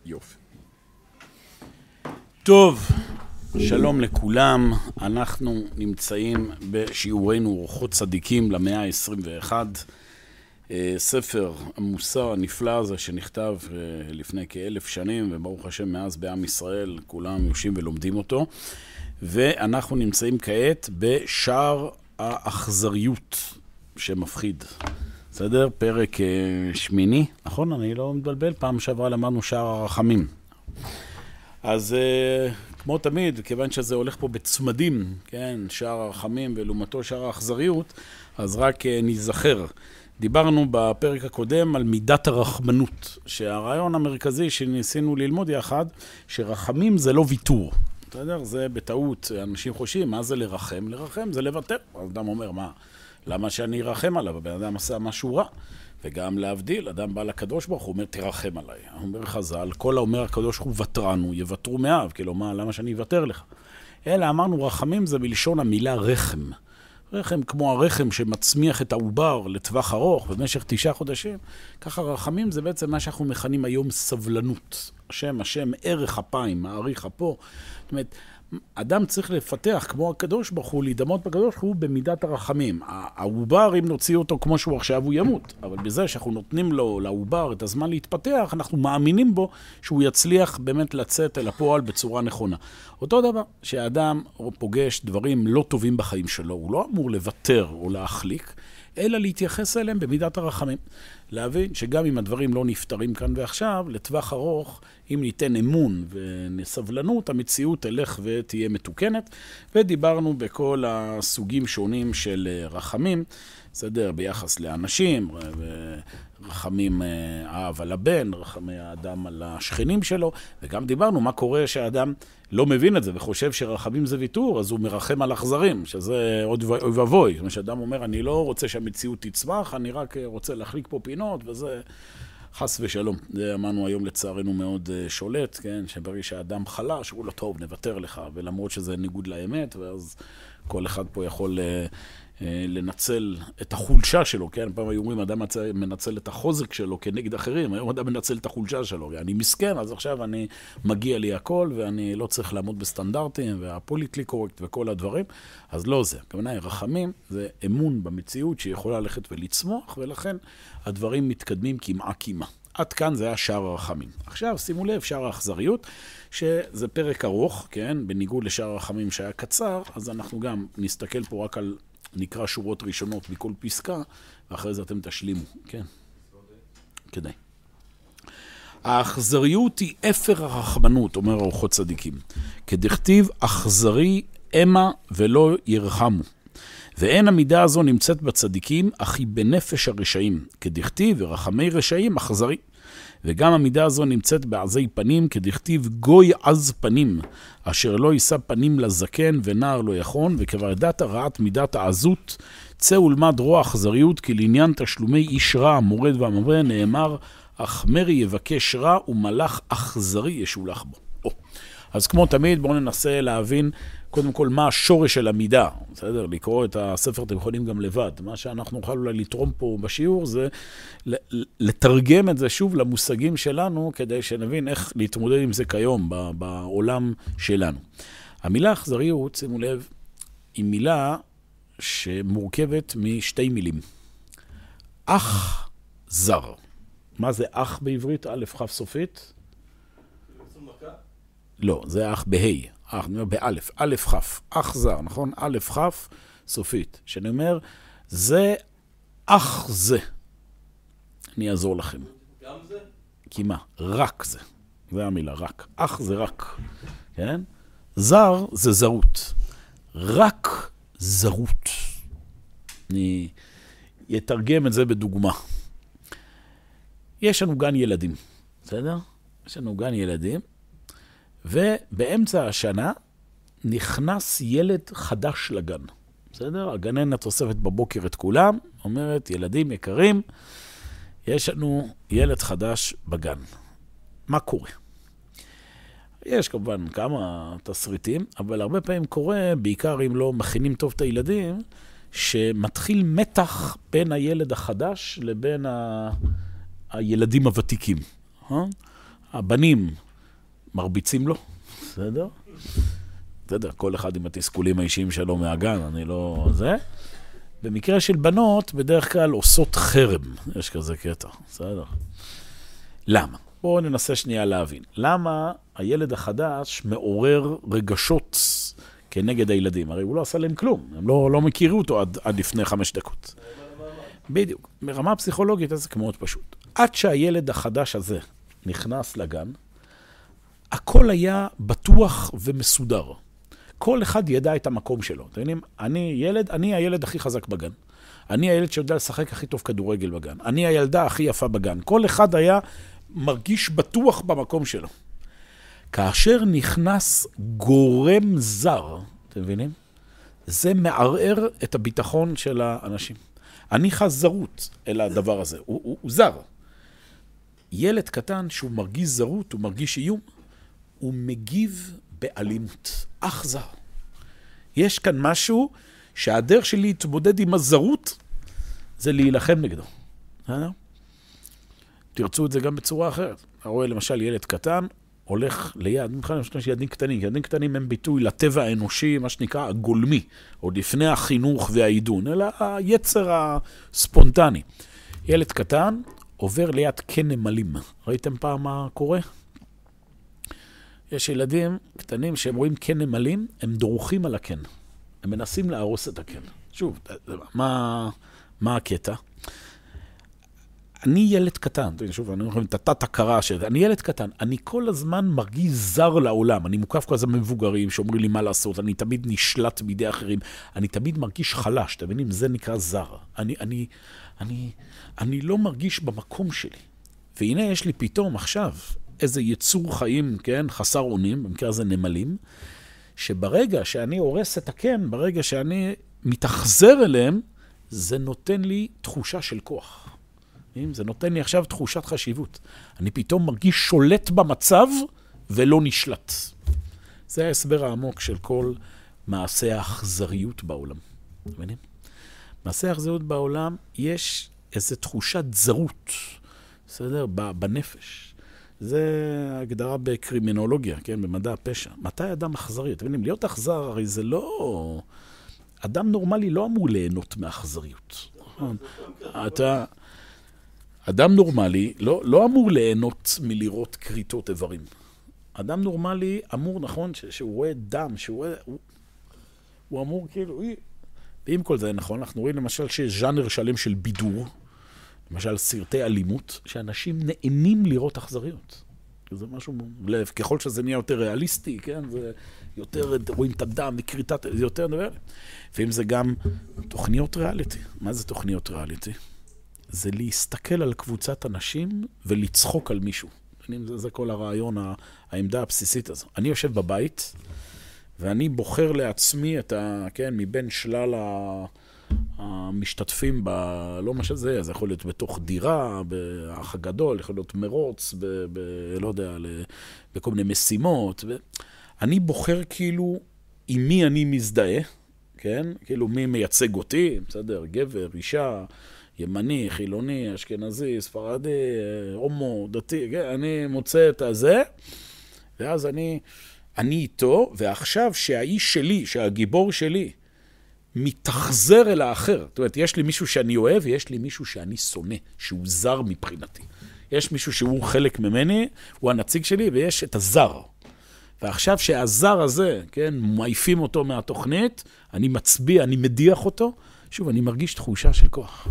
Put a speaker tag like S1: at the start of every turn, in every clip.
S1: יופי. טוב, שלום לכולם, אנחנו נמצאים בשיעורנו אורחות צדיקים למאה ה-21, ספר המוסר הנפלא הזה שנכתב לפני כ-1000 שנים, וברוך השם מאז בעם ישראל כולם יושבים ולומדים אותו, ואנחנו נמצאים כעת בשער האכזריות שמפחיד. בסדר? פרק שמיני, נכון? אני לא מתבלבל, פעם שעברה למדנו שער הרחמים. אז כמו תמיד, כיוון שזה הולך פה בצמדים, כן, שער הרחמים ולעומתו שער האכזריות, אז רק נזכר. דיברנו בפרק הקודם על מידת הרחמנות, שהרעיון המרכזי שניסינו ללמוד יחד, שרחמים זה לא ויתור. בסדר? זה בטעות, אנשים חושבים, מה זה לרחם? לרחם זה לוותר. אדם אומר, מה? למה שאני ארחם עליו? הבן אדם עשה משהו רע. וגם להבדיל, אדם בא לקדוש ברוך הוא אומר, תרחם עליי. אומר חז"ל, כל האומר הקדוש ברוך הוא ותרנו, יוותרו מאב. כאילו, למה שאני אוותר לך? אלא אמרנו, רחמים זה בלשון המילה רחם. רחם כמו הרחם שמצמיח את העובר לטווח ארוך במשך 9 חודשים. ככה רחמים זה בעצם מה שאנחנו מכנים היום סבלנות. השם, ערך אפיים, מעריך אפו. זאת אומרת, אדם צריך לפתח כמו הקדוש ברוך הוא, להידמות בקדוש ברוך הוא במידת הרחמים. העובר, אם נוציא אותו כמו שהוא עכשיו, הוא ימות. אבל בזה שאנחנו נותנים לו, לעובר, את הזמן להתפתח, אנחנו מאמינים בו שהוא יצליח באמת לצאת אל הפועל בצורה נכונה. אותו דבר, שהאדם פוגש דברים לא טובים בחיים שלו, הוא לא אמור לוותר או להחליק, אלא להתייחס אליהם במידת הרחמים. להבין שגם אם הדברים לא נפתרים כאן ועכשיו, לטווח ארוך, אם ניתן אמון ונסבלנות, המציאות תלך ותהיה מתוקנת. ודיברנו בכל הסוגים שונים של רחמים, בסדר, ביחס לאנשים, רחמים האב על הבן, רחמי האדם על השכנים שלו, וגם דיברנו מה קורה שהאדם לא מבין את זה וחושב שרחמים זה ויתור, אז הוא מרחם על אכזרים, שזה עוד ובוי. זאת אומרת, שאדם אומר, אני לא רוצה שהמציאות תצמח, אני רק רוצה להחליק פה פינות, וזה חס ושלום. זה אמרנו היום לצערנו מאוד שולט, כן? שברגע שהאדם חלש, הוא לא טוב, נוותר לך, ולמרות שזה ניגוד לאמת, ואז כל אחד פה יכול לנצל את החולשה שלו, כן? פעם היו אומרים, אדם מנצל את החוזק שלו כנגד אחרים, היום אדם מנצל את החולשה שלו, אני מסכן, אז עכשיו אני מגיע לי הכל, ואני לא צריך לעמוד בסטנדרטים, והפוליטלי קורקט וכל הדברים, אז לא זה. כמובן, רחמים זה אמון במציאות שיכולה ללכת ולצמוח, ולכן הדברים מתקדמים כמעה. עד כאן זה היה שער הרחמים. עכשיו, שימו לב, שער האכזריות, שזה פרק ארוך, כן? בניגוד לשער הרחמים שהיה קצר, אז אנחנו גם נסתכל פה רק על נקרא שורות ראשונות מכל פסקה, ואחרי זה אתם תשלימו, כן? כדאי. האכזריות היא אפר הרחמנות, אומר אורחות צדיקים. כדכתיב אכזרי אמה ולא ירחמו. ואין המידה הזו נמצאת בצדיקים, אך היא בנפש הרשעים. כדכתיב ורחמי רשעים אכזרי. וגם המידה הזו נמצאת בעזי פנים, כדכתיב גוי עז פנים, אשר לא יישא פנים לזקן ונער לא יכון, וכבר ידעת רעת מידת העזות, צא ולמד רוע אכזריות, כי לעניין תשלומי איש רע, המורד והמורה, נאמר, אך מרי יבקש רע ומלאך אכזרי ישולח בו. אז כמו תמיד, בואו ננסה להבין קודם כל מה השורש של המידה. בסדר? לקרוא את הספר אתם יכולים גם לבד. מה שאנחנו נוכל אולי לתרום פה בשיעור זה לתרגם את זה שוב למושגים שלנו, כדי שנבין איך להתמודד עם זה כיום בעולם שלנו. המילה אכזריות, שימו לב, היא מילה שמורכבת משתי מילים. אח זר. מה זה אח בעברית? א' כ' סופית? לא, זה אח בהי, אח באלף, א' כ', אח זר, נכון? א' כ' סופית, שאני אומר, זה אח זה. אני אעזור לכם.
S2: גם זה?
S1: כי מה? רק זה. זה המילה, רק. אח זה רק, כן? זר זה זרות. רק זרות. אני אתרגם את זה בדוגמה. יש לנו גן ילדים, בסדר? יש לנו גן ילדים, ובאמצע השנה נכנס ילד חדש לגן. בסדר? הגננת אוספת בבוקר את כולם, אומרת, ילדים יקרים, יש לנו ילד חדש בגן. מה קורה? יש כמובן כמה תסריטים, אבל הרבה פעמים קורה, בעיקר אם לא מכינים טוב את הילדים, שמתחיל מתח בין הילד החדש לבין הילדים הוותיקים. הבנים מרביצים לו, בסדר? בסדר, כל אחד עם התסכולים האישיים שלו מהגן, אני לא... זה. במקרה של בנות, בדרך כלל עושות חרם. יש כזה קטע, בסדר? למה? בואו ננסה שנייה להבין. למה הילד החדש מעורר רגשות כנגד הילדים? הרי הוא לא עשה להם כלום. הם לא מכירו אותו עד לפני 5 דקות. בדיוק. ברמה פסיכולוגית זה מאוד פשוט. עד שהילד החדש הזה נכנס לגן, הכל היה בטוח ומסודר. כל אחד ידע את המקום שלו. אתם יודעים, אני הילד הכי חזק בגן. אני הילד שיודע לשחק הכי טוב כדורגל בגן. אני הילדה הכי יפה בגן. כל אחד היה מרגיש בטוח במקום שלו. כאשר נכנס גורם זר, אתם מבינים? זה מערער את הביטחון של האנשים. אני חש זרות אל הדבר הזה. הוא זר. ילד קטן שהוא מרגיש זרות, הוא מרגיש איום, הוא מגיב באלימות. אכזר. יש כאן משהו שהדרך שלי להתמודד עם הזרות זה להילחם נגדו. תרצו את זה גם בצורה אחרת. אתה רואה למשל ילד קטן הולך ליד, יש ילדים קטנים. ילדים קטנים הם ביטוי לטבע האנושי, מה שנקרא הגולמי, עוד לפני החינוך והעידון, אלא היצר הספונטני. ילד קטן עובר ליד קן נמלים. ראיתם פעם מה קורה? יש ילדים קטנים שהם רואים קן נמלים, הם דורכים על הקן. הם מנסים להרוס את הקן. שוב, מה הקטע? אני ילד קטן, שוב, אני אומר לכם את התת-הכרה שלי, אני ילד קטן, אני כל הזמן מרגיש זר לעולם, אני מוקף כל הזמן מבוגרים שאומרים לי מה לעשות, אני תמיד נשלט בידי אחרים, אני תמיד מרגיש חלש, אתם מבינים? זה נקרא זר. אני לא מרגיש במקום שלי. והנה יש לי פתאום עכשיו איזה יצור חיים, כן, חסר אונים, במקרה הזה נמלים, שברגע שאני הורס את הקן, ברגע שאני מתאכזר אליהם, זה נותן לי תחושה של כוח. זה נותן לי עכשיו תחושת חשיבות. אני פתאום מרגיש שולט במצב ולא נשלט. זה ההסבר העמוק של כל מעשה האכזריות בעולם. מבינים? מעשה האכזריות בעולם יש איזו תחושת זרות, בסדר? בנפש. זה הגדרה בקרימינולוגיה, כן? במדע הפשע. מתי אדם אכזרי? אתם מבינים? להיות אכזר הרי זה לא... אדם נורמלי לא אמור ליהנות מאכזריות. אדם נורמלי לא אמור ליהנות מלראות קריטות איברים. אדם נורמלי אמור, נכון, שהוא רואה דם, הוא אמור כאילו... ועם כל זה, נכון, אנחנו רואים למשל שיש ז'אנר שלם של בידור, למשל סרטי אלימות, שאנשים נהנים לראות אכזריות. זה משהו, ככל שזה נהיה יותר ריאליסטי, כן, זה יותר, רואים את הדם, מקריטת, זה יותר דבר. ואם זה גם תוכניות ריאליטי. מה זה תוכניות ריאליטי? זה להסתכל על קבוצת אנשים ולצחוק על מישהו. זה כל הרעיון, העמדה הבסיסית הזו. אני יושב בבית, ואני בוחר לעצמי את כן, מבין שלל המשתתפים לא מה שזה, זה יכול להיות בתוך דירה, באח הגדול, יכול להיות מרוץ, לא יודע, בכל מיני משימות. אני בוחר כאילו עם מי אני מזדהה, כן? כאילו מי מייצג אותי, בסדר, גבר, אישה, ימני, חילוני, אשכנזי, ספרדי, הומו, דתי, כן? אני מוצא את הזה, ואז אני איתו, ועכשיו שהאיש שלי, שהגיבור שלי, מתאכזר אל האחר. זאת אומרת, יש לי מישהו שאני אוהב, ויש לי מישהו שאני שונא, שהוא זר מבחינתי. יש מישהו שהוא חלק ממני, הוא הנציג שלי, ויש את הזר. ועכשיו שהזר הזה, כן, מעיפים אותו מהתוכנית, אני מצביע, אני מדיח אותו, שוב, אני מרגיש תחושה של כוח.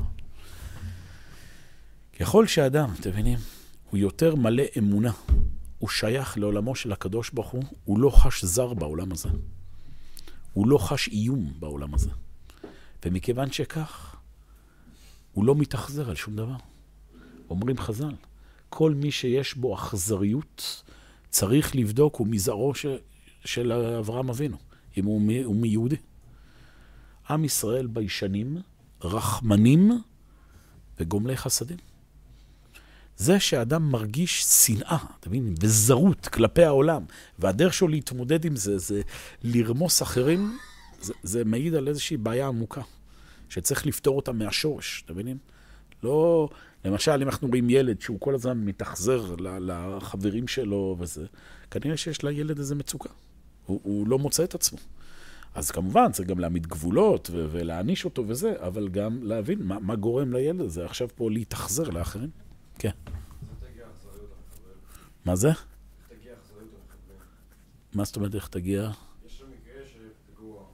S1: ככל שאדם, אתם מבינים, הוא יותר מלא אמונה, הוא שייך לעולמו של הקדוש ברוך הוא לא חש זר בעולם הזה. הוא לא חש איום בעולם הזה. ומכיוון שכך, הוא לא מתאכזר על שום דבר. אומרים חז"ל, כל מי שיש בו אכזריות, צריך לבדוק הוא מזרעו של אברהם אבינו, אם הוא מיהודי. עם ישראל ביישנים, רחמנים וגומלי חסדים. זה שאדם מרגיש שנאה, אתה מבין, וזרות כלפי העולם, והדרך שלו להתמודד עם זה, זה לרמוס אחרים, זה מעיד על איזושהי בעיה עמוקה, שצריך לפתור אותה מהשורש, אתה מבינים? לא למשל, אם אנחנו רואים ילד שהוא כל הזמן מתאכזר לחברים שלו וזה, כנראה שיש לילד איזה מצוקה. הוא לא מוצא את עצמו. אז כמובן, צריך גם להעמיד גבולות ולהעניש אותו וזה, אבל גם להבין מה גורם לילד הזה עכשיו פה להתאכזר לאחרים. כן. מה זה? מה זאת אומרת איך תגיע?
S2: יש שם מקרה שפיגוע.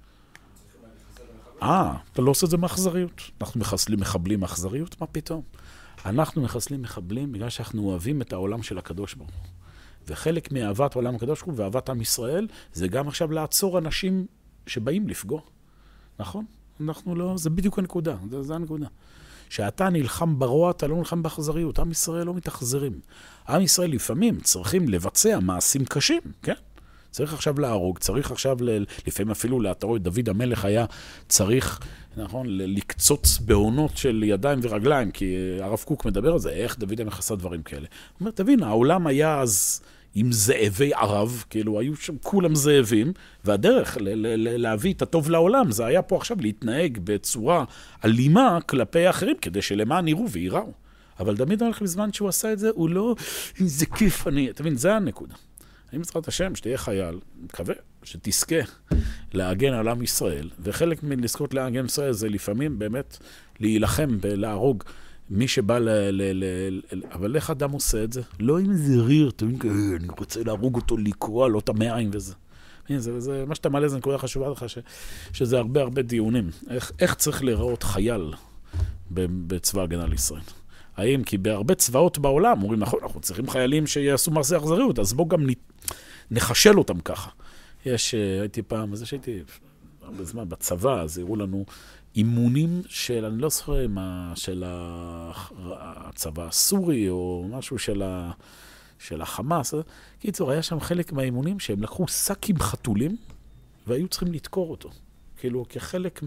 S1: אתה לא עושה את זה מאכזריות. אנחנו מחסלים מחבלים מאכזריות? מה פתאום? אנחנו מחסלים מחבלים בגלל שאנחנו אוהבים את העולם של הקדוש ברוך הוא. וחלק מאהבת העולם הקדוש ברוך הוא ואהבת עם ישראל, זה גם עכשיו לעצור אנשים שבאים לפגוע. נכון? אנחנו לא, זה בדיוק הנקודה. זה הנקודה. שאתה נלחם ברוע, אתה לא נלחם באכזריות. עם ישראל לא מתאכזרים. עם ישראל לפעמים צריכים לבצע מעשים קשים, כן? צריך עכשיו להרוג, צריך עכשיו, לפעמים אפילו להתראות, דוד המלך היה צריך, נכון, לקצוץ בעונות של ידיים ורגליים, כי הרב קוק מדבר על זה, איך דוד המלך עשה דברים כאלה. הוא אומר, תבין, העולם היה אז עם זאבי ערב, כאילו היו שם כולם זאבים, והדרך להביא את הטוב לעולם, זה היה פה עכשיו להתנהג בצורה אלימה כלפי האחרים, כדי שלמען יראו ויראו. אבל דוד המלך בזמן שהוא עשה את זה, הוא לא, זה כיף, תבין, זה הנקודה. אני בעזרת השם, שתהיה חייל, מקווה שתזכה להגן על עם ישראל, וחלק מלזכות להגן ישראל זה לפעמים באמת להילחם ולהרוג מי שבא אבל איך אדם עושה את זה? לא עם איזה ריר, אני רוצה להרוג אותו, לקרוע לו את המעיים וזה. זה מה שאתה מעלה, זה נקודה חשובה לך, שזה הרבה דיונים. איך צריך להיראות חייל בצבא הגנה לישראל? האם? כי בהרבה צבאות בעולם אומרים, נכון, אנחנו צריכים חיילים שיעשו מעשי אכזריות, אז בואו גם נחשל אותם ככה. הייתי פעם, אז שהייתי הרבה זמן בצבא, אז הראו לנו אימונים של, אני לא זוכר מה, של הצבא הסורי, או משהו של החמאס. קיצור, היה שם חלק מהאימונים שהם לקחו שק עם חתולים, והיו צריכים לתקור אותו. כאילו, כחלק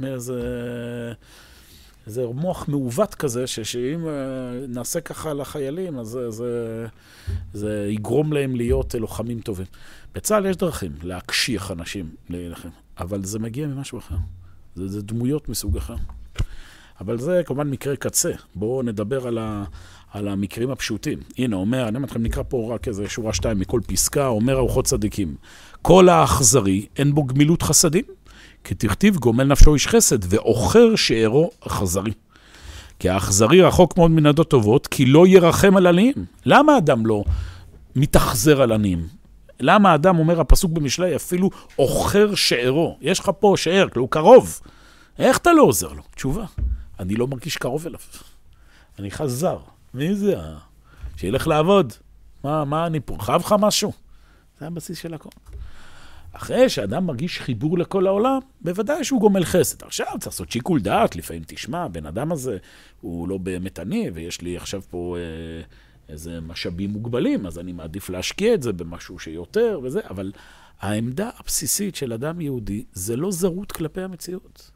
S1: איזה מוח מעוות כזה, שאם נעשה ככה לחיילים, אז זה יגרום להם להיות לוחמים טובים. בצה"ל יש דרכים להקשיח אנשים להילחם, אבל זה מגיע ממשהו אחר. זה דמויות מסוג אחר. אבל זה כמובן מקרה קצה. בואו נדבר על המקרים הפשוטים. הנה, אומר, אני מתחיל נקרא פה רק איזה שורה 2 מכל פסקה, אומר ארוחות צדיקים. כל האכזרי אין בו גמילות חסדים, כי תכתיב גומל נפשו איש חסד, ואוכר שאירו אכזרי. כי האכזרי רחוק מאוד מן עדות טובות, כי לא ירחם על עניים. למה האדם לא מתאכזר על עניים? למה האדם אומר הפסוק במשלי, אפילו אוכר שאירו? יש לך פה שאיר, הוא קרוב. איך אתה לא עוזר לו? תשובה, אני לא מרגיש קרוב אליו. אני חזר. מי זה? שילך לעבוד. מה אני פה? חייב לך משהו. זה הבסיס של הכל. אחרי שאדם מרגיש חיבור לכל העולם, בוודאי שהוא גומל חסד. עכשיו צריך לעשות שיקול דעת, לפעמים תשמע, בן אדם הזה הוא לא באמת עני, ויש לי עכשיו פה איזה משאבים מוגבלים, אז אני מעדיף להשקיע את זה במשהו שיותר וזה, אבל העמדה הבסיסית של אדם יהודי, זה לא זרות כלפי המציאות.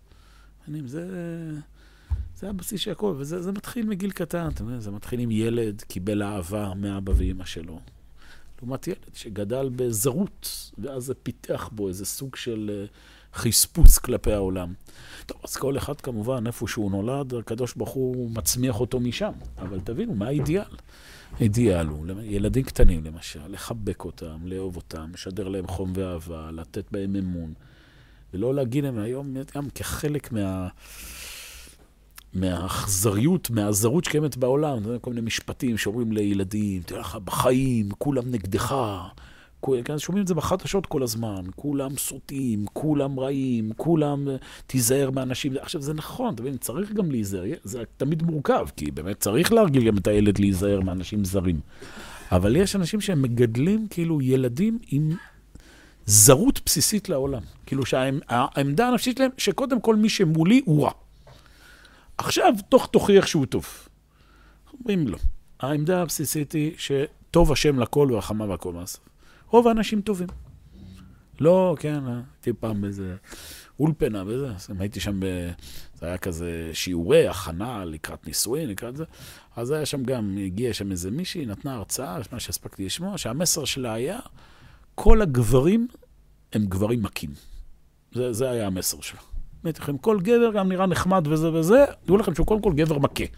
S1: זה הבסיס של הכל, וזה מתחיל מגיל קטן, זה מתחיל עם ילד, קיבל אהבה מאבא ואמא שלו. לעומת ילד שגדל בזרות, ואז זה פיתח בו איזה סוג של חספוס כלפי העולם. טוב, אז כל אחד כמובן, איפה שהוא נולד, הקדוש ברוך הוא מצמיח אותו משם. אבל תבינו, מה האידיאל? האידיאל הוא, ילדים קטנים למשל, לחבק אותם, לאהוב אותם, לשדר להם חום ואהבה, לתת בהם אמון, ולא להגיד להם היום גם כחלק מהאכזריות, מהזרות שקיימת בעולם, כל מיני משפטים שאומרים לילדים, תראה לך בחיים, כולם נגדך, שומעים את זה בחדשות כל הזמן, כולם סוטים, כולם רעים, כולם תיזהר מאנשים. עכשיו זה נכון, אתה מבין, צריך גם להיזהר, זה תמיד מורכב, כי באמת צריך להרגיל גם את הילד להיזהר מאנשים זרים. אבל יש אנשים שהם מגדלים כאילו ילדים עם זרות בסיסית לעולם. כאילו שהעמדה הנפשית שלהם, שקודם כל מי שמולי הוא רע. עכשיו תוכיח שהוא טוב. אומרים לו, העמדה הבסיסית היא שטוב השם לכל ורחמה והכל מעשה. רוב האנשים טובים. לא, כן, הייתי פעם באיזה אולפנה וזה, הייתי שם, זה היה כזה שיעורי הכנה לקראת נישואין, לקראת זה, אז היה שם גם, הגיע שם איזה מישהי, נתנה הרצאה, מה שהספקתי לשמוע, שהמסר שלה היה, כל הגברים הם גברים מכים. זה היה המסר שלה. אמרתי לכם, כל גבר גם נראה נחמד וזה וזה, דעו לכם שהוא קודם כל גבר מכה.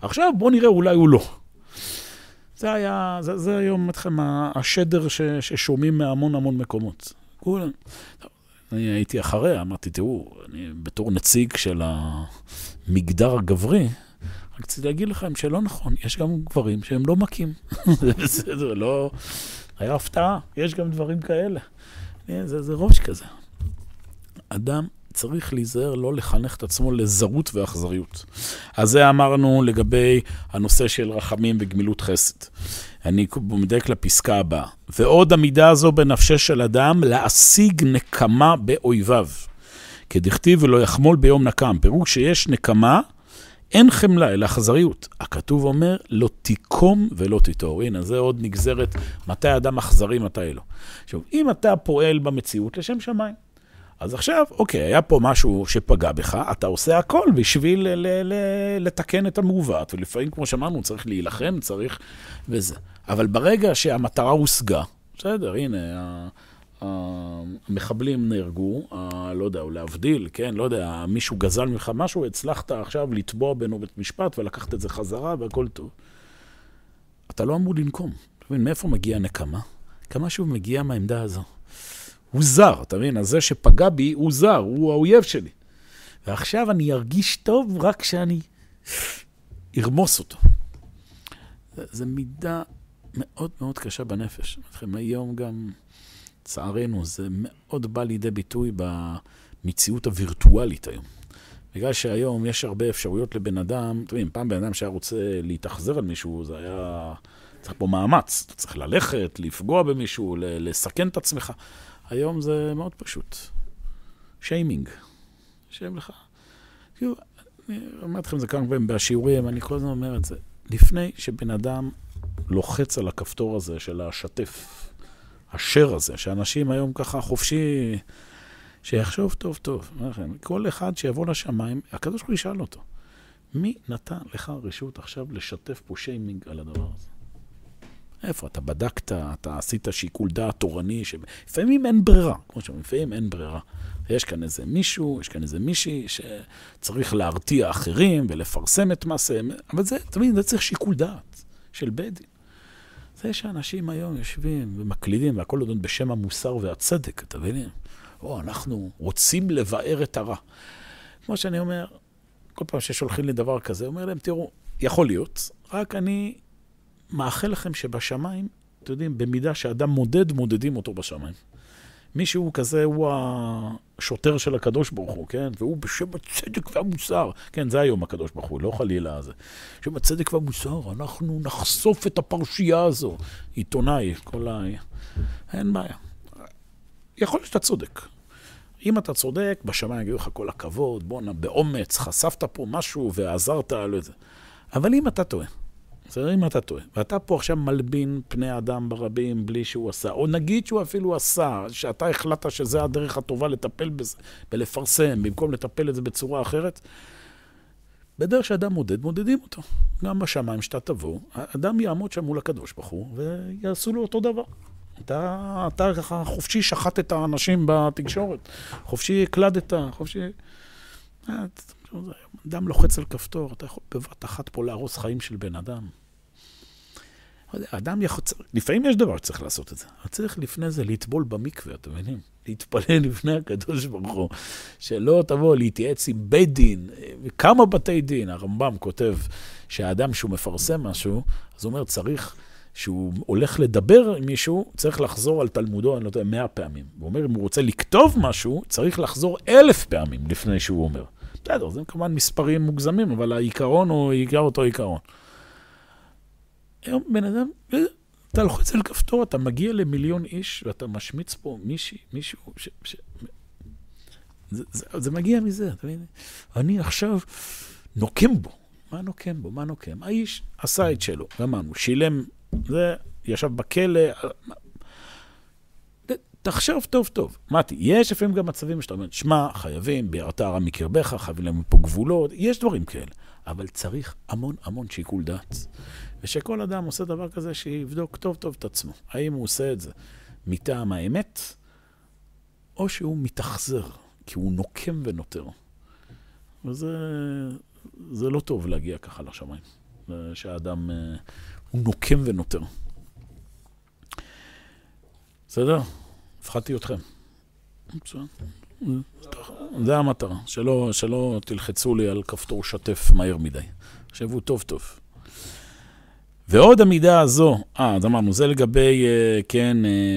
S1: עכשיו בוא נראה, אולי הוא לא. זה היה, זה היום אתכם השדר ששומעים מהמון המון מקומות. כולם. אני הייתי אחריה, אמרתי, תראו, אני בתור נציג של המגדר הגברי, רק רציתי להגיד לכם שלא נכון, יש גם גברים שהם לא מכים. זה בסדר, לא... היה הפתעה, יש גם דברים כאלה. זה ראש כזה. אדם צריך להיזהר לא לחנך את עצמו לזרות ואכזריות. אז זה אמרנו לגבי הנושא של רחמים וגמילות חסד. אני מדייק לפסקה הבאה. ועוד המידה הזו בנפשו של אדם להשיג נקמה באויביו. כדכתיב ולא יחמול ביום נקם. פירוש שיש נקמה, אין חמלה, אלא אכזריות. הכתוב אומר, לא תיקום ולא תיטור. הנה, זה עוד נגזרת, מתי האדם אכזרי, מתי לא. עכשיו, אם אתה פועל במציאות לשם שמיים, אז עכשיו, אוקיי, היה פה משהו שפגע בך, אתה עושה הכל בשביל לתקן את המעוות, ולפעמים, כמו שאמרנו, צריך להילחם, צריך וזה. אבל ברגע שהמטרה הושגה, בסדר, הנה, המחבלים נהרגו, לא יודע, או להבדיל, כן, לא יודע, מישהו גזל ממך משהו, הצלחת עכשיו לתבוע בנו בית משפט, ולקחת את זה חזרה, והכל טוב. אתה לא אמור לנקום. אתה מבין, מאיפה מגיע נקמה? כמה שהוא מגיע מהעמדה הזו. הוא זר, אתה מבין? אז זה שפגע בי הוא זר, הוא האויב שלי. ועכשיו אני ארגיש טוב רק כשאני ארמוס אותו. זה מידה מאוד מאוד קשה בנפש. היום גם, צערנו, זה מאוד בא לידי ביטוי במציאות הווירטואלית היום. בגלל שהיום יש הרבה אפשרויות לבן אדם, אתה מבין, פעם בן אדם שהיה רוצה להתאכזר על מישהו, זה היה צריך פה מאמץ. אתה צריך ללכת, לפגוע במישהו, לסכן את עצמך. היום זה מאוד פשוט. שיימינג. שיימינג לך. כאילו, אני אומר אתכם זה כמה פעמים בשיעורים, אני כל הזמן אומר את זה. לפני שבן אדם לוחץ על הכפתור הזה של השתף, השר הזה, שאנשים היום ככה חופשי, שיחשוב טוב טוב. כל אחד שיבוא לשמיים, הקדוש ברוך הוא ישאל אותו, מי נתן לך רשות עכשיו לשתף פה שיימינג על הדבר הזה? איפה? אתה בדקת, אתה עשית שיקול דעת תורני, לפעמים אין ברירה, כמו שאומרים, לפעמים אין ברירה. יש כאן איזה מישהו, יש כאן איזה מישהי שצריך להרתיע אחרים ולפרסם את מעשיהם, אבל זה, תמיד, זה צריך שיקול דעת של בית דין. זה שאנשים היום יושבים ומקלידים, והכל עוד בשם המוסר והצדק, אתה מבין? או, אנחנו רוצים לבאר את הרע. כמו שאני אומר, כל פעם ששולחים לי דבר כזה, אומר להם, תראו, יכול להיות, רק אני מאחל לכם שבשמיים, אתם יודעים, במידה שאדם מודד, מודדים אותו בשמיים. מישהו כזה הוא השוטר של הקדוש ברוך הוא, כן? והוא בשם הצדק והמוסר. כן, זה היום הקדוש ברוך הוא, לא חלילה הזה. בשם הצדק והמוסר, אנחנו נחשוף את הפרשייה הזו. עיתונאי, כל אין בעיה. יכול להיות שאתה צודק. אם אתה צודק, בשמיים יגידו לך כל הכבוד, בוא באומץ, חשפת פה משהו ועזרת על זה. אבל אם אתה טועה, אם אתה טועה, ואתה פה עכשיו מלבין פני אדם ברבים בלי שהוא עשה, או נגיד שהוא אפילו עשה, שאתה החלטת שזה הדרך הטובה לטפל בזה, ולפרסם, במקום לטפל את זה בצורה אחרת, בדרך שאדם מודד, מודדים אותו. גם בשמיים שאתה תבוא, האדם יעמוד שם מול הקדוש ברוך הוא, ויעשו לו אותו דבר. אתה ככה חופשי שחט את האנשים בתקשורת, חופשי הקלדת, חופשי... אדם לוחץ על כפתור, אתה יכול בבת אחת פה להרוס חיים של בן אדם. אדם יכול... לפעמים יש דבר שצריך לעשות את זה. אבל צריך לפני זה לטבול במקווה, אתם מבינים? להתפלל לפני הקדוש ברוך הוא, שלא תבוא להתייעץ עם בית דין, כמה בתי דין. הרמב"ם כותב שהאדם שהוא מפרסם משהו, אז הוא אומר, צריך... שהוא הולך לדבר עם מישהו, צריך לחזור על תלמודו, אני לא יודע, 100 פעמים. הוא אומר, אם הוא רוצה לכתוב משהו, צריך לחזור 1000 פעמים לפני שהוא אומר. בסדר, זה כמובן מספרים מוגזמים, אבל העיקרון הוא אותו עיקרון. היום בן אדם, אתה לוחץ על כפתור, אתה מגיע למיליון איש, ואתה משמיץ פה מישהו, זה מגיע מזה, אתה מבין? אני עכשיו נוקם בו. מה נוקם בו? מה נוקם? האיש עשה את שלו, גמרנו, שילם, זה ישב בכלא, תחשוב טוב טוב. מתי, יש לפעמים גם מצבים שאתה אומר, שמע, חייבים, ביראת הרע מקרבך, חייבים להם פה גבולות, יש דברים כאלה. אבל צריך המון המון שיקול דעת. ושכל אדם עושה דבר כזה שיבדוק טוב טוב את עצמו. האם הוא עושה את זה מטעם האמת, או שהוא מתאכזר, כי הוא נוקם ונותר. וזה לא טוב להגיע ככה לשמיים. שהאדם הוא נוקם ונותר. בסדר? הפחדתי אתכם. זה המטרה, שלא תלחצו לי על כפתור שטף מהר מדי. חשבו טוב טוב. ועוד המידה הזו, אז אמרנו, זה לגבי, כן,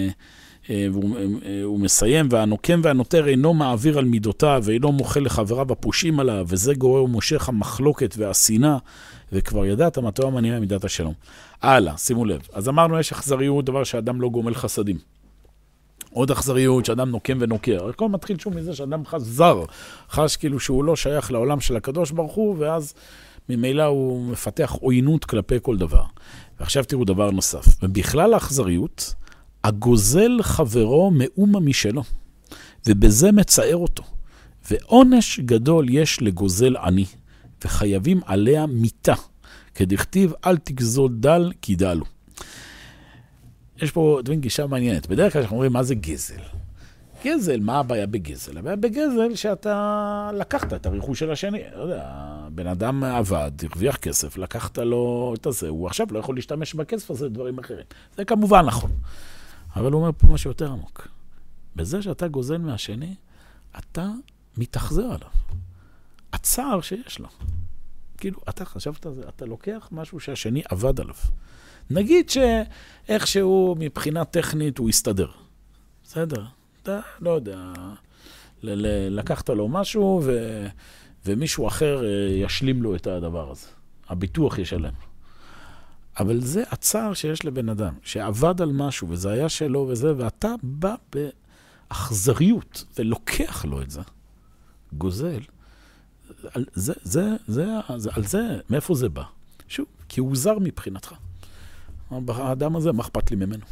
S1: הוא מסיים, והנוקם והנותר אינו מעביר על מידותיו, ואינו מוכל לחבריו הפושעים עליו, וזה גורר ומושך המחלוקת והשנאה, וכבר ידעת מה טוב מניע מידת השלום. הלאה, שימו לב. אז אמרנו, יש אכזריות, דבר שאדם לא גומל חסדים. עוד אכזריות, שאדם נוקם ונוקר. הכל מתחיל שוב מזה שאדם חזר, חש כאילו שהוא לא שייך לעולם של הקדוש ברוך הוא, ואז ממילא הוא מפתח עוינות כלפי כל דבר. ועכשיו תראו דבר נוסף. ובכלל האכזריות, הגוזל חברו מאומה משלו, ובזה מצער אותו. ועונש גדול יש לגוזל עני, וחייבים עליה מיתה, כדכתיב אל תגזול דל כי דלו. יש פה דברים גישה מעניינת. בדרך כלל אנחנו אומרים מה זה גזל. גזל, מה הבעיה בגזל? הבעיה בגזל שאתה לקחת את הריחוש של השני. לא יודע, בן אדם עבד, הרוויח כסף, לקחת לו את הזה, הוא עכשיו לא יכול להשתמש בכסף הזה לדברים אחרים. זה כמובן נכון. אבל הוא אומר פה משהו יותר עמוק. בזה שאתה גוזל מהשני, אתה מתאכזר עליו. הצער שיש לו. כאילו, אתה חשבת, אתה לוקח משהו שהשני עבד עליו. נגיד שאיכשהו מבחינה טכנית הוא יסתדר. בסדר? אתה לא יודע, לקחת לו משהו ומישהו אחר ישלים לו את הדבר הזה. הביטוח ישלם. אבל זה הצער שיש לבן אדם, שעבד על משהו וזה היה שלו וזה, ואתה בא באכזריות ולוקח לו את זה. גוזל. על זה, מאיפה זה בא? שוב, כי הוא זר מבחינתך. האדם הזה, מה אכפת לי ממנו?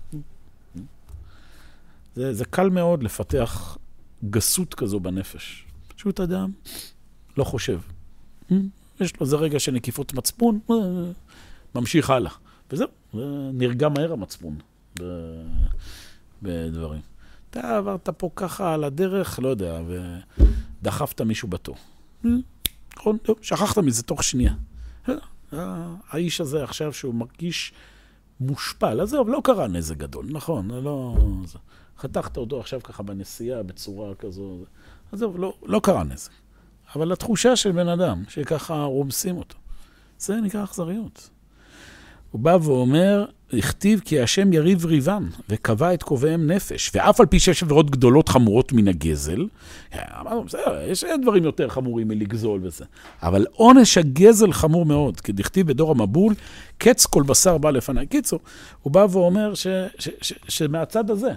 S1: זה קל מאוד לפתח גסות כזו בנפש. פשוט אדם לא חושב. יש לו זה רגע של נקיפות מצפון, ממשיך הלאה. וזהו, נרגע מהר המצפון בדברים. אתה עברת פה ככה על הדרך, לא יודע, ודחפת מישהו בתור. נכון? שכחת מזה תוך שנייה. האיש הזה עכשיו שהוא מרגיש מושפל, אז לא קרה נזק גדול, נכון, לא... חתכת אותו עכשיו ככה בנסיעה, בצורה כזו, אז לא קרה נזק. אבל התחושה של בן אדם, שככה רומסים אותו, זה נקרא אכזריות. הוא בא ואומר, הכתיב כי השם יריב ריבם, וקבע את קובעיהם נפש, ואף על פי שיש עבירות גדולות חמורות מן הגזל, יש דברים יותר חמורים מלגזול וזה, אבל עונש הגזל חמור מאוד, כי דכתיב בדור המבול, קץ כל בשר בא לפני. קיצור, הוא בא ואומר שמהצד הזה,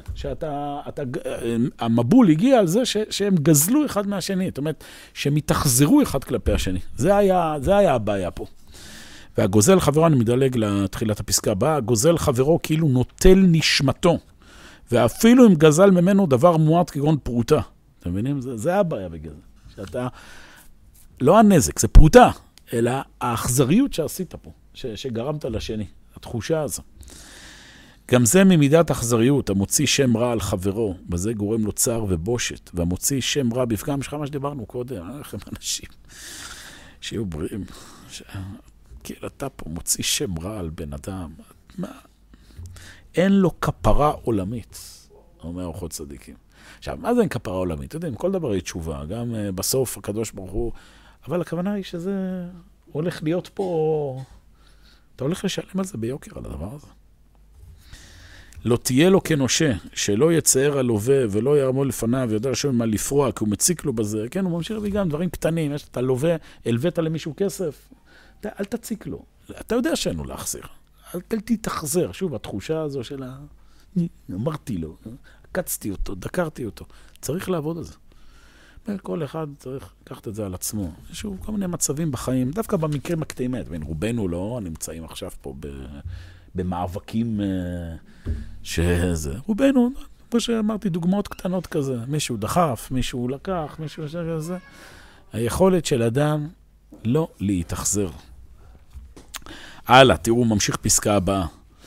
S1: המבול הגיע על זה שהם גזלו אחד מהשני, זאת אומרת, שהם התאכזרו אחד כלפי השני. זה היה הבעיה פה. והגוזל חברו, אני מדלג לתחילת הפסקה הבאה, הגוזל חברו כאילו נוטל נשמתו, ואפילו אם גזל ממנו דבר מועט כגון פרוטה. אתם מבינים? זה הבעיה בגזל. שאתה, לא הנזק, זה פרוטה, אלא האכזריות שעשית פה, שגרמת לשני, התחושה הזו. גם זה ממידת אכזריות, המוציא שם רע על חברו, בזה גורם לו צער ובושת, והמוציא שם רע בפגם שלך, מה שדיברנו קודם, לכם אנשים שיהיו בריאים, כאילו אתה פה מוציא שם רע על בן אדם, מה? אין לו כפרה עולמית, אומר אורחות צדיקים. עכשיו, מה זה אין כפרה עולמית? אתם יודעים, כל דבר היא תשובה, גם בסוף הקדוש ברוך הוא, אבל הכוונה היא שזה הולך להיות פה, אתה הולך לשלם על זה ביוקר, על הדבר הזה. לא תהיה לו כנושה, שלא יצער על לווה ולא יעמוד לפניו ויודע לשם מה לפרוע, כי הוא מציק לו בזה, כן, הוא ממשיך גם דברים קטנים, יש אתה לווה, הלווית למישהו כסף, אל תציק לו, אתה יודע שאין לו להחזיר, אל תתחזר, שוב, התחושה הזו של אמרתי לו, קצתי אותו, דקרתי אותו, צריך לעבוד על זה. כל אחד צריך לקחת את זה על עצמו. יש כל מיני מצבים בחיים, דווקא במקרים הקטעים, רובנו לא נמצאים עכשיו פה במאבקים שזה. רובנו, כמו שאמרתי, דוגמאות קטנות כזה, מישהו דחף, מישהו לקח, מישהו שזה. היכולת של אדם לא להתאכזר. הלאה, תראו, ממשיך פסקה הבאה.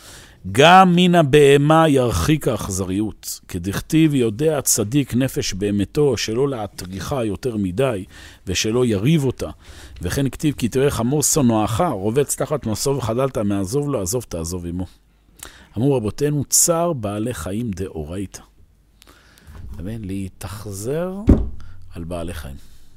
S1: גם מן הבהמה ירחיק האכזריות, כדכתיב יודע צדיק נפש בהמתו, שלא להטריחה יותר מדי, ושלא יריב אותה. וכן כתיב כי תראה חמור שונאך, רובץ תחת מסוב וחדלת מעזוב לו, עזוב תעזוב עמו. אמרו רבותינו, צער בעלי חיים דאורייתא. אתה מבין? להתאכזר על בעלי חיים.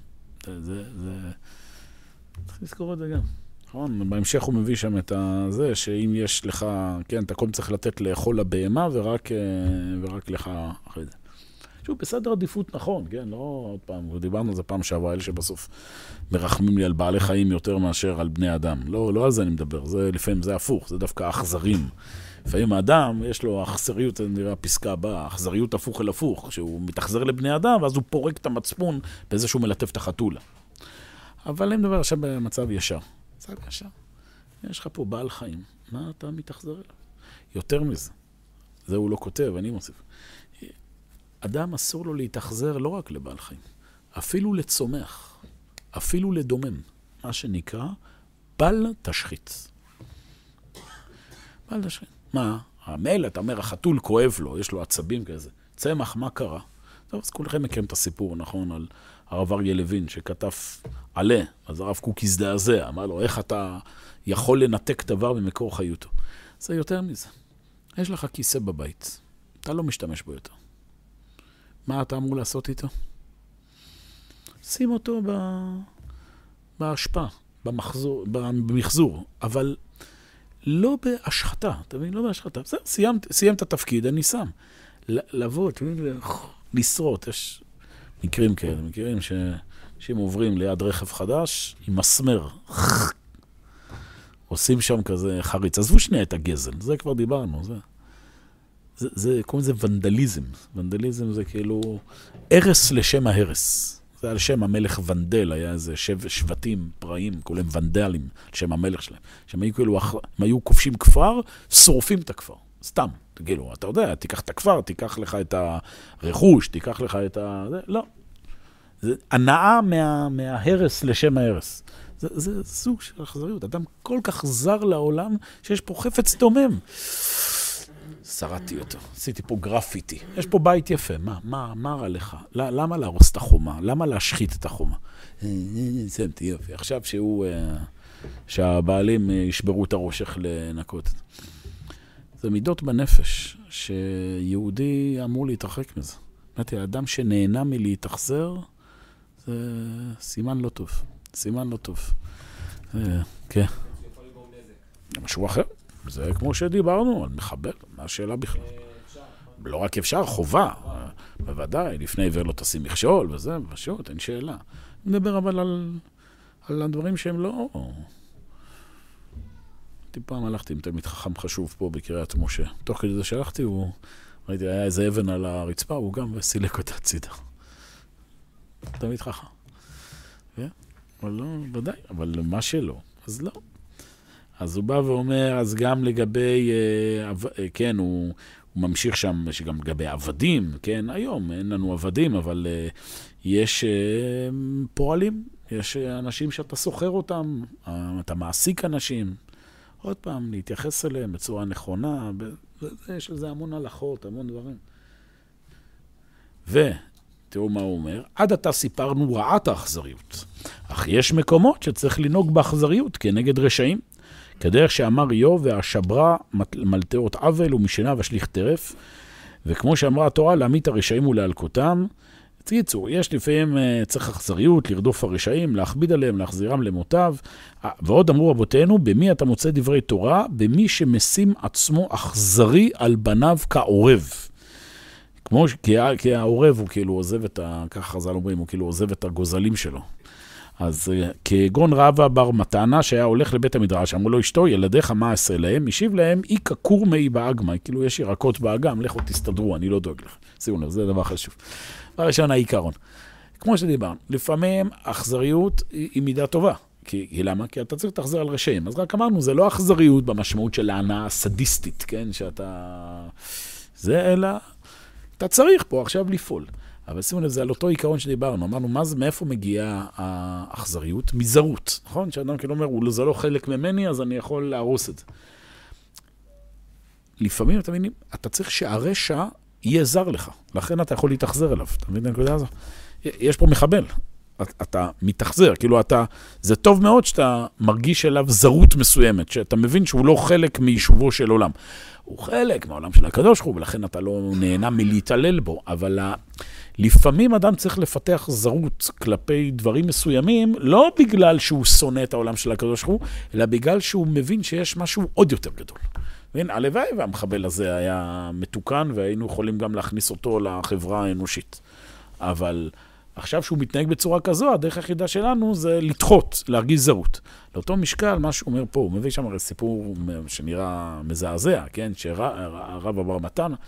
S1: צריך לזכור את זה גם. נכון? בהמשך הוא מביא שם את זה, שאם יש לך, כן, אתה קודם צריך לתת לאכול לבהמה, ורק לך אחרי זה. שוב, בסדר עדיפות נכון, כן? לא עוד פעם, דיברנו על זה פעם שעברה, אלה שבסוף מרחמים לי על בעלי חיים יותר מאשר על בני אדם. לא על זה אני מדבר, זה לפעמים זה הפוך, זה דווקא אכזרים. לפעמים האדם, יש לו אכזריות, זה נראה הפסקה הבאה, אכזריות הפוך אל הפוך, שהוא מתאכזר לבני אדם, ואז הוא פורק את המצפון בזה שהוא מלטף את החתולה. אבל אני מדבר עכשיו במצב ישר. מצב ישר. יש לך פה בעל חיים, מה אתה מתאכזר אליו? יותר מזה. זה הוא לא כותב, אני מוסיף. אדם אסור לו להתאכזר לא רק לבעל חיים, אפילו לצומח, אפילו לדומם, מה שנקרא בל תשחית. בל תשחית. מה? המלך, אתה אומר, החתול כואב לו, יש לו עצבים כזה. צמח, מה קרה? טוב, אז כולכם מכירים את הסיפור, נכון, על הרב אריה לוין, שכתב עלה, אז הרב קוק הזדעזע, אמר לו, איך אתה יכול לנתק דבר ממקור חיותו? זה יותר מזה. יש לך כיסא בבית, אתה לא משתמש בו יותר. מה אתה אמור לעשות איתו? שים אותו בהשפעה, במחזור, אבל לא בהשחתה, אתה מבין? לא בהשחתה. בסדר, סיים את התפקיד, אני שם. לבוא, אתה מבין, לשרוט. יש מקרים כאלה, מקרים שאנשים עוברים ליד רכב חדש, עם מסמר. עושים שם כזה חריץ. עזבו שנייה את הגזל, זה כבר דיברנו, זה קוראים לזה ונדליזם. ונדליזם זה כאילו הרס לשם ההרס. זה על שם המלך ונדל, היה איזה שבטים פראים, כולם ונדלים, על שם המלך שלהם. שהם היו כאילו, הם היו כובשים כפר, שורפים את הכפר. סתם, כאילו, אתה יודע, תיקח את הכפר, תיקח לך את הרכוש, תיקח לך את לא. זה הנאה מההרס לשם ההרס. זה סוג של אכזריות. אדם כל כך זר לעולם, שיש פה חפץ דומם. שרדתי אותו, עשיתי פה גרפיטי. יש פה בית יפה, מה רע לך? למה להרוס את החומה? למה להשחית את החומה? שמתי יופי. עכשיו שהבעלים ישברו את הראש איך לנקות. זה מידות בנפש, שיהודי אמור להתרחק מזה. אמרתי, האדם שנהנה מלהתאכזר, זה סימן לא טוב. סימן לא טוב. כן. זה משהו אחר. זה כמו שדיברנו, על מחבר, מה השאלה בכלל? לא רק אפשר, חובה, בוודאי, לפני עבר לא תשים מכשול וזה, פשוט, אין שאלה. נדבר אבל על הדברים שהם לא... פעם הלכתי עם תלמיד חכם חשוב פה בקריית משה. תוך כדי זה שהלכתי, ראיתי, היה איזה אבן על הרצפה, הוא גם סילק אותה הצידה. תלמיד חכם. אבל לא, ודאי, אבל מה שלא, אז לא. אז הוא בא ואומר, אז גם לגבי, כן, הוא ממשיך שם, שגם לגבי עבדים, כן, היום אין לנו עבדים, אבל יש פועלים, יש אנשים שאתה סוחר אותם, אתה מעסיק אנשים, עוד פעם, להתייחס אליהם בצורה נכונה, יש לזה המון הלכות, המון דברים. ותראו מה הוא אומר, עד עתה סיפרנו רעת האכזריות, אך יש מקומות שצריך לנהוג באכזריות כנגד רשעים, כדרך שאמר איוב, והשברה מלטאות עוול ומשנה ושליך טרף, וכמו שאמרה התורה, להמית הרשעים ולהלקותם. תקיצור, יש לפעמים צריך אכזריות, לרדוף הרשעים, להכביד עליהם, להחזירם למוטב. ועוד אמרו רבותינו, במי אתה מוצא דברי תורה? במי שמשים עצמו אכזרי על בניו כעורב. כי העורב הוא כאילו עוזב את ככה חז"ל אומרים, הוא כאילו עוזב את הגוזלים שלו. אז כגון רבא בר מתנה שהיה הולך לבית המדרש, אמרו לו אשתו, ילדיך מה עשה להם? השיב להם, אי כקור מי באגמה, כאילו יש ירקות באגם, לכו תסתדרו, אני לא דואג לך. שימו לב, זה דבר חשוב. הראשון העיקרון. כמו שדיברנו, לפעמים אכזריות היא מידה טובה. כי למה? כי אתה צריך לתחזר על רשעים. אז רק אמרנו, זה לא אכזריות במשמעות של ההנאה הסדיסטית, כן? שאתה... זה אלא... אתה צריך פה עכשיו לפעול. אבל שימו לב, זה על אותו עיקרון שדיברנו. אמרנו, מאיפה מגיעה האכזריות? מזרות, נכון? שאדם כאילו אומר, זה לא חלק ממני, אז אני יכול להרוס את זה. לפעמים, אתה מבינים, אתה צריך שהרשע יהיה זר לך, לכן אתה יכול להתאכזר אליו, אתה מבין את הנקודה הזו? יש פה מחבל, אתה מתאכזר, כאילו זה טוב מאוד שאתה מרגיש אליו זרות מסוימת, שאתה מבין שהוא לא חלק מיישובו של עולם. הוא חלק מהעולם של הקדוש ברוך הוא, ולכן אתה לא נהנה מלהתעלל בו, אבל לפעמים אדם צריך לפתח זרות כלפי דברים מסוימים, לא בגלל שהוא שונא את העולם של הקדוש ברוך הוא, אלא בגלל שהוא מבין שיש משהו עוד יותר גדול. הלוואי והמחבל הזה היה מתוקן, והיינו יכולים גם להכניס אותו לחברה האנושית. אבל עכשיו שהוא מתנהג בצורה כזו, הדרך היחידה שלנו זה לדחות, להרגיש זרות. לאותו משקל, מה שהוא אומר פה, הוא מביא שם הרי סיפור שנראה מזעזע, כן? שהרב אבר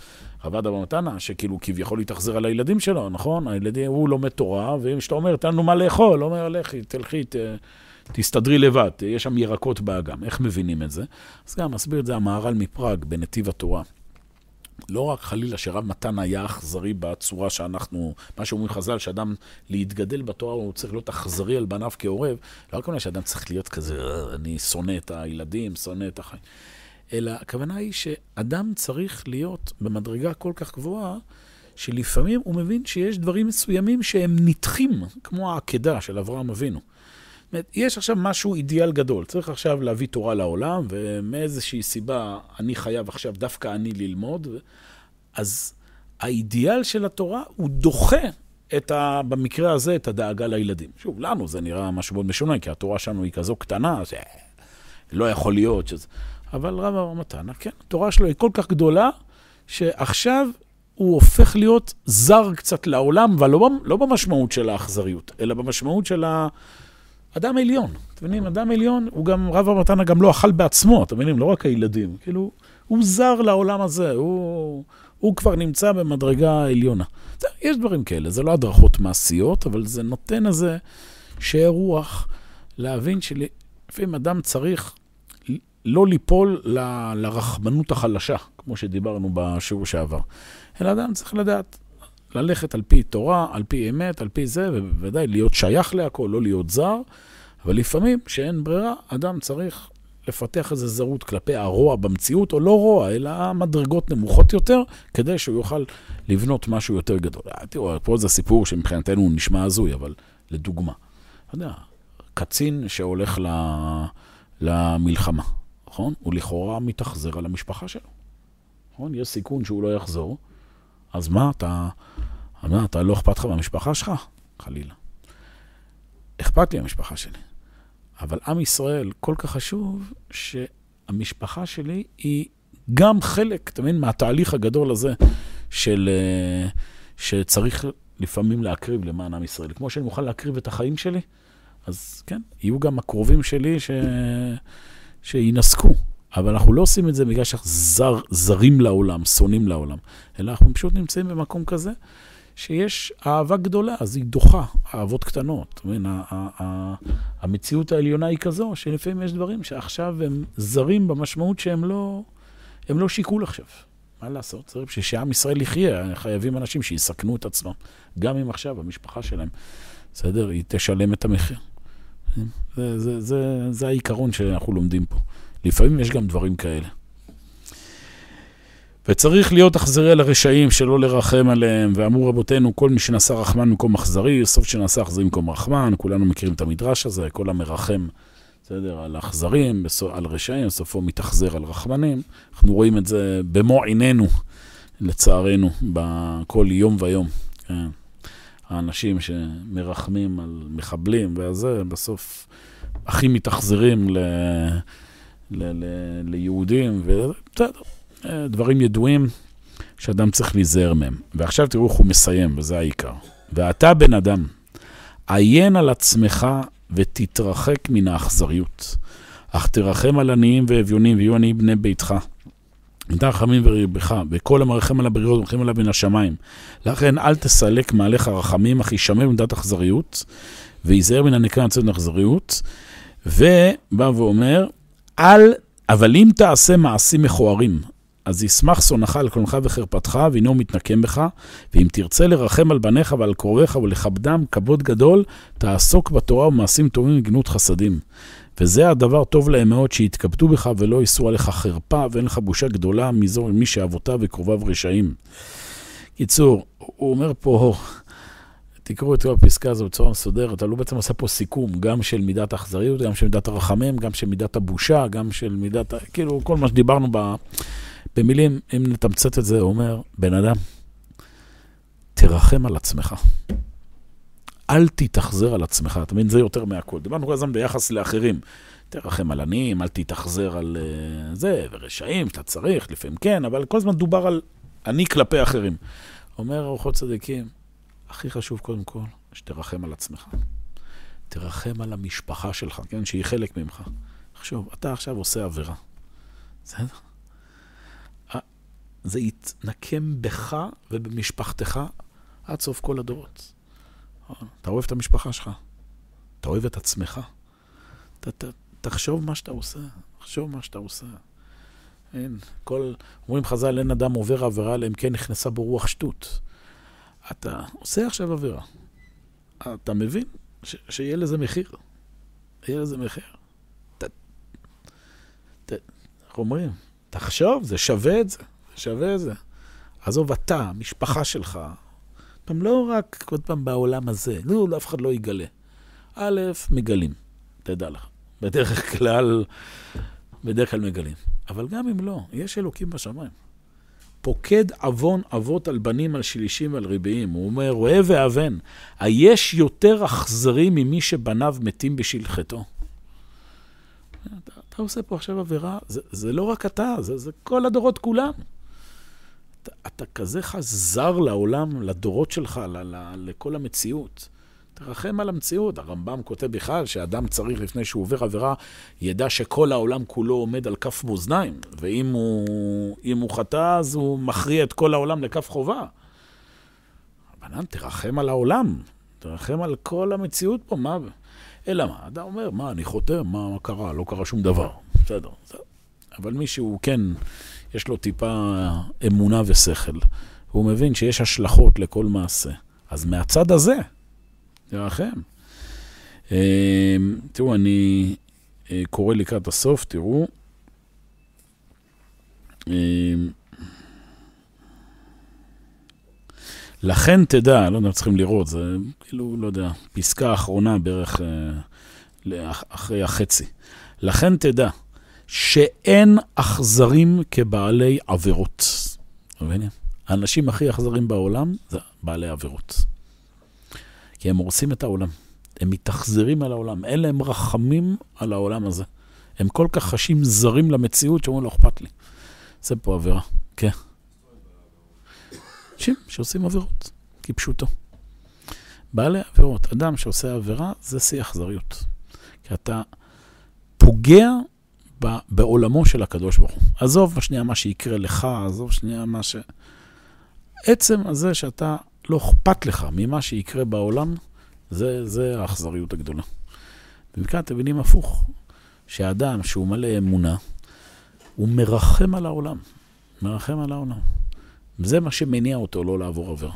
S1: מתנה, שכאילו כביכול להתאכזר על הילדים שלו, נכון? הילדים, הוא לומד תורה, ואם שאתה אומר, תן לנו מה לאכול, הוא אומר, לכי, תלכי, תסתדרי לבד, יש שם ירקות באגם. איך מבינים את זה? אז גם מסביר את זה המהר"ל מפראג, בנתיב התורה. לא רק חלילה שרב מתנה היה אכזרי בצורה שאנחנו, מה שאומרים חז"ל, שאדם להתגדל בתורה הוא צריך להיות אכזרי על בניו כעורב, לא רק אומר שאדם צריך להיות כזה, אני שונא את הילדים, שונא את החיים. אלא הכוונה היא שאדם צריך להיות במדרגה כל כך גבוהה, שלפעמים הוא מבין שיש דברים מסוימים שהם נדחים, כמו העקדה של אברהם אבינו. יש עכשיו משהו אידיאל גדול, צריך עכשיו להביא תורה לעולם, ומאיזושהי סיבה אני חייב עכשיו דווקא אני ללמוד, אז האידיאל של התורה הוא דוחה במקרה הזה את הדאגה לילדים. שוב, לנו זה נראה משהו מאוד משונה, כי התורה שלנו היא כזו קטנה, לא יכול להיות שזה. אבל רב אבר מתנה, כן, התורה שלו היא כל כך גדולה, שעכשיו הוא הופך להיות זר קצת לעולם, אבל לא במשמעות של האכזריות, אלא במשמעות של אדם עליון. אתם מבינים, אדם עליון, הוא גם, רב אבר מתנה גם לא אכל בעצמו, אתם מבינים, לא רק הילדים. כאילו, הוא זר לעולם הזה, הוא כבר נמצא במדרגה עליונה. יש דברים כאלה, זה לא הדרכות מעשיות, אבל זה נותן איזה שער רוח להבין שלפעמים אדם צריך לא ליפול לרחמנות החלשה, כמו שדיברנו בשיעור שעבר. אלא אדם צריך לדעת, ללכת על פי תורה, על פי אמת, על פי זה, ובוודאי להיות שייך להכל, לא להיות זר, אבל לפעמים, שאין ברירה, אדם צריך לפתח איזו זרות כלפי הרוע במציאות, או לא רוע, אלא מדרגות נמוכות יותר, כדי שהוא יוכל לבנות משהו יותר גדול. תראו, פה זה סיפור שמבחינתנו הוא נשמע הזוי, אבל לדוגמה. אתה יודע, קצין שהולך למלחמה, נכון? הוא לכאורה מתאכזר על המשפחה שלו. נכון? יש סיכון שהוא לא יחזור. אז מה, אתה לא אכפת לך במשפחה שלך? חלילה. אכפת לי המשפחה שלי. אבל עם ישראל כל כך חשוב שהמשפחה שלי היא גם חלק, אתה מבין, מהתהליך הגדול הזה שצריך לפעמים להקריב למען עם ישראל. כמו שאני מוכן להקריב את החיים שלי, אז כן, יהיו גם הקרובים שלי שינסקו. אבל אנחנו לא עושים את זה בגלל שאנחנו זרים לעולם, שונאים לעולם. אלא אנחנו פשוט נמצאים במקום כזה, שיש אהבה גדולה, אז היא דוחה, אהבות קטנות. המציאות העליונה היא כזו, שלפעמים יש דברים שעכשיו הם זרים במשמעות שהם לא שיקול עכשיו. מה לעשות? צריך ששעם ישראל יחיה, חייבים אנשים שיסכנו את עצמם. גם אם עכשיו המשפחה שלהם, בסדר, היא תשלם את המחיר. זה העיקרון שאנחנו לומדים פה. לפעמים יש גם דברים כאלה. וצריך להיות אכזרי על הרשעים, שלא לרחם עליהם, ואמרו רבותינו, כל מי שנעשה רחמן במקום אכזרי, סוף שנעשה אכזרי במקום רחמן, כולנו מכירים את המדרש הזה, כל המרחם, בסדר, על אכזרים, על רשעים, סופו מתאכזר על רחמנים. אנחנו רואים את זה במו עינינו, לצערנו, בכל יום ויום. כן. האנשים שמרחמים על מחבלים, וזה בסוף הכי מתאכזרים ליהודים, ובסדר. דברים ידועים שאדם צריך להיזהר מהם. ועכשיו תראו איך הוא מסיים, וזה העיקר. ואתה בן אדם, עיין על עצמך ותתרחק מן האכזריות. אך תרחם על עניים ואביונים, ויהיו עניים בני ביתך. אתה רחמים וריבך, וכל המרחם על הבריות, ומרחם עליו מן השמיים. לכן אל תסלק מעליך רחמים, אך ישמר ממידת אכזריות, ויזהר מן הנקרא יוצאת מאכזריות, ובא ואומר, אבל אם תעשה מעשים מכוערים, אז ישמח שונאך על קלונך וחרפתך, והנה הוא מתנקם בך, ואם תרצה לרחם על בניך ועל קרוביך ולכבדם כבוד גדול, תעסוק בתורה ומעשים טובים וגנות חסדים. וזה הדבר טוב להם מאוד, שיתכבדו בך ולא יישאו עליך חרפה, ואין לך בושה גדולה מזו מי שאבותיו וקרוביו רשעים. קיצור, הוא אומר פה, תקראו את כל הפסקה הזו בצורה מסודרת, אבל הוא בעצם עושה פה סיכום, גם של מידת האכזריות, גם של מידת הרחמים, גם של מידת הבושה, גם של מידת, כאילו כל מה שדיברנו במילים, אם נתמצת את זה, הוא אומר, בן אדם, תרחם על עצמך. אל תתאכזר על עצמך, אתה מבין, זה יותר מהכל. דיברנו כל הזמן ביחס לאחרים. תרחם על עניים, אל תתאכזר על זה, ורשעים שאתה צריך, לפעמים כן, אבל כל הזמן דובר על אני כלפי אחרים. אומר ארוחות צדיקים, הכי חשוב קודם כל, שתרחם על עצמך. תרחם על המשפחה שלך, כן, שהיא חלק ממך. חשוב, אתה עכשיו עושה עבירה. בסדר? זה יתנקם בך ובמשפחתך עד סוף כל הדורות. אתה אוהב את המשפחה שלך, אתה אוהב את עצמך. תחשוב מה שאתה עושה, תחשוב מה שאתה עושה. אין, אומרים חז"ל, אין אדם עובר עבירה, אלא אם כן נכנסה ברוח שטות. אתה עושה עכשיו עבירה. אתה מבין שיהיה לזה מחיר. יהיה לזה מחיר. איך אומרים? תחשוב, זה שווה את זה. זה שווה את זה. עזוב אתה, משפחה שלך. פעם לא רק כל פעם בעולם הזה. לא, אף אחד לא יגלה. א', מגלים. תדע לך. בדרך כלל מגלים. אבל גם אם לא, יש אלוקים בשמיים. פוקד אבון אבות על בנים, על שלישים ועל ריביים. הוא אומר, רואה ואבן, היש יותר אכזרי ממי שבניו מתים בשביל חטאו. אתה עושה פה עכשיו עבירה, זה לא רק אתה, זה כל הדורות כולם. אתה כזה חזר לעולם, לדורות שלך, לכל המציאות. תרחם על המציאות. הרמב"ם כותב בכלל שאדם צריך לפני שהוא עובר עבירה, ידע שכל העולם כולו עומד על כף מאזניים, ואם הוא חטא, אז הוא מכריע את כל העולם לכף חובה. בנן, תרחם על העולם, תרחם על כל המציאות פה, מה? אלא מה? אדם אומר, מה, אני חוטא? מה קרה? לא קרה שום דבר. בסדר. אבל מישהו, כן, יש לו טיפה אמונה ושכל. הוא מבין שיש השלכות לכל מעשה. אז מהצד הזה, תרחם. תראו, אני קורא לקראת הסוף, תראו. לכן תדע, לא יודע, צריכים לראות, זה כאילו, לא יודע, פסקה האחרונה בערך אחרי החצי. לכן תדע שאין אכזרים כבעלי עבירות. מבינים? האנשים הכי אכזרים בעולם זה בעלי עבירות. כי הם הורסים את העולם. הם מתאכזרים על העולם. אין להם רחמים על העולם הזה. הם כל כך חשים זרים למציאות שאומרים לא אכפת לי. זה פה עבירה. כן. אנשים שעושים עבירות. כפשוטו. בעלי עבירות. אדם שעושה עבירה זה שיא אכזריות. כי אתה פוגע בעולמו של הקדוש ברוך הוא. עזוב שנייה מה שיקרה לך, עזוב שנייה מה ש... עצם הזה שאתה לא אכפת לך ממה שיקרה בעולם, זה האכזריות הגדולה. במקרה אתם מבינים הפוך, שהאדם שהוא מלא אמונה, הוא מרחם על העולם. מרחם על העולם. זה מה שמניע אותו לא לעבור עבירה.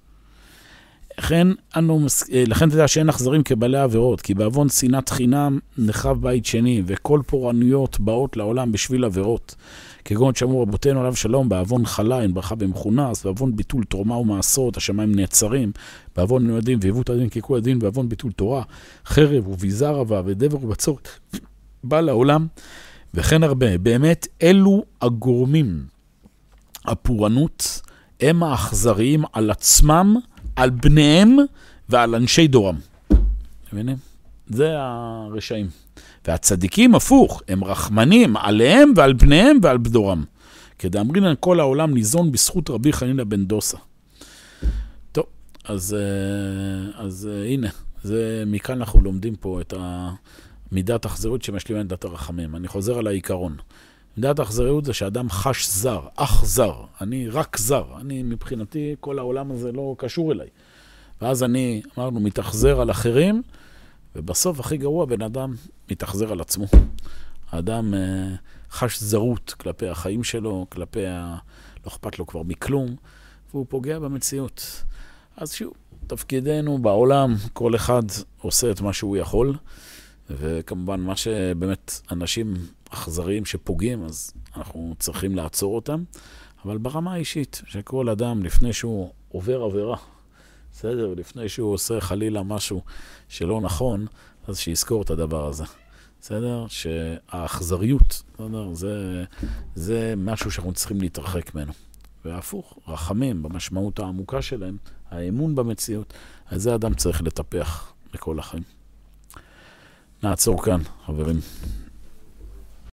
S1: לכן תדע שאין אכזרים כבעלי עבירות, כי בעוון שנאת חינם נחרב בית שני, וכל פורענויות באות לעולם בשביל עבירות. כגון שאמרו רבותינו עליו שלום, בעוון חלה אין ברכה במכונס, בעוון ביטול תרומה ומעשרות, השמיים נעצרים, בעוון נועדים ועיוות הדין כיקוי הדין, בעוון ביטול תורה, חרב וביזר רבה ודבר ובצורת, בא לעולם, וכן הרבה. באמת אלו הגורמים, הפורענות, הם האכזריים על עצמם, על בניהם ועל אנשי דורם. מבינים? זה הרשעים. והצדיקים הפוך, הם רחמנים עליהם ועל בניהם ועל בדורם. כדאמרינן כל העולם ניזון בזכות רבי חנינא בן דוסה. טוב, אז הנה, מכאן אנחנו לומדים פה את מידת האכזריות שמשלימה את דת הרחמים. אני חוזר על העיקרון. מידת האכזריות זה שאדם חש זר, אך זר. אני רק זר. אני מבחינתי, כל העולם הזה לא קשור אליי. ואז אני, אמרנו, מתאכזר על אחרים, ובסוף הכי גרוע, בן אדם מתאכזר על עצמו. האדם חש זרות כלפי החיים שלו, לא אכפת לו כבר מכלום, והוא פוגע במציאות. אז שוב, תפקידנו בעולם, כל אחד עושה את מה שהוא יכול, וכמובן, מה שבאמת אנשים אכזריים שפוגעים, אז אנחנו צריכים לעצור אותם, אבל ברמה האישית, שכל אדם לפני שהוא עובר עבירה, בסדר, לפני שהוא עושה חלילה משהו שלא נכון, אז שיזכור את הדבר הזה. בסדר? שהאכזריות, בסדר? זה משהו שאנחנו צריכים להתרחק ממנו. והפוך, רחמים במשמעות העמוקה שלהם, האמון במציאות, אז זה אדם צריך לטפח לכל החיים. נעצור כאן, חברים.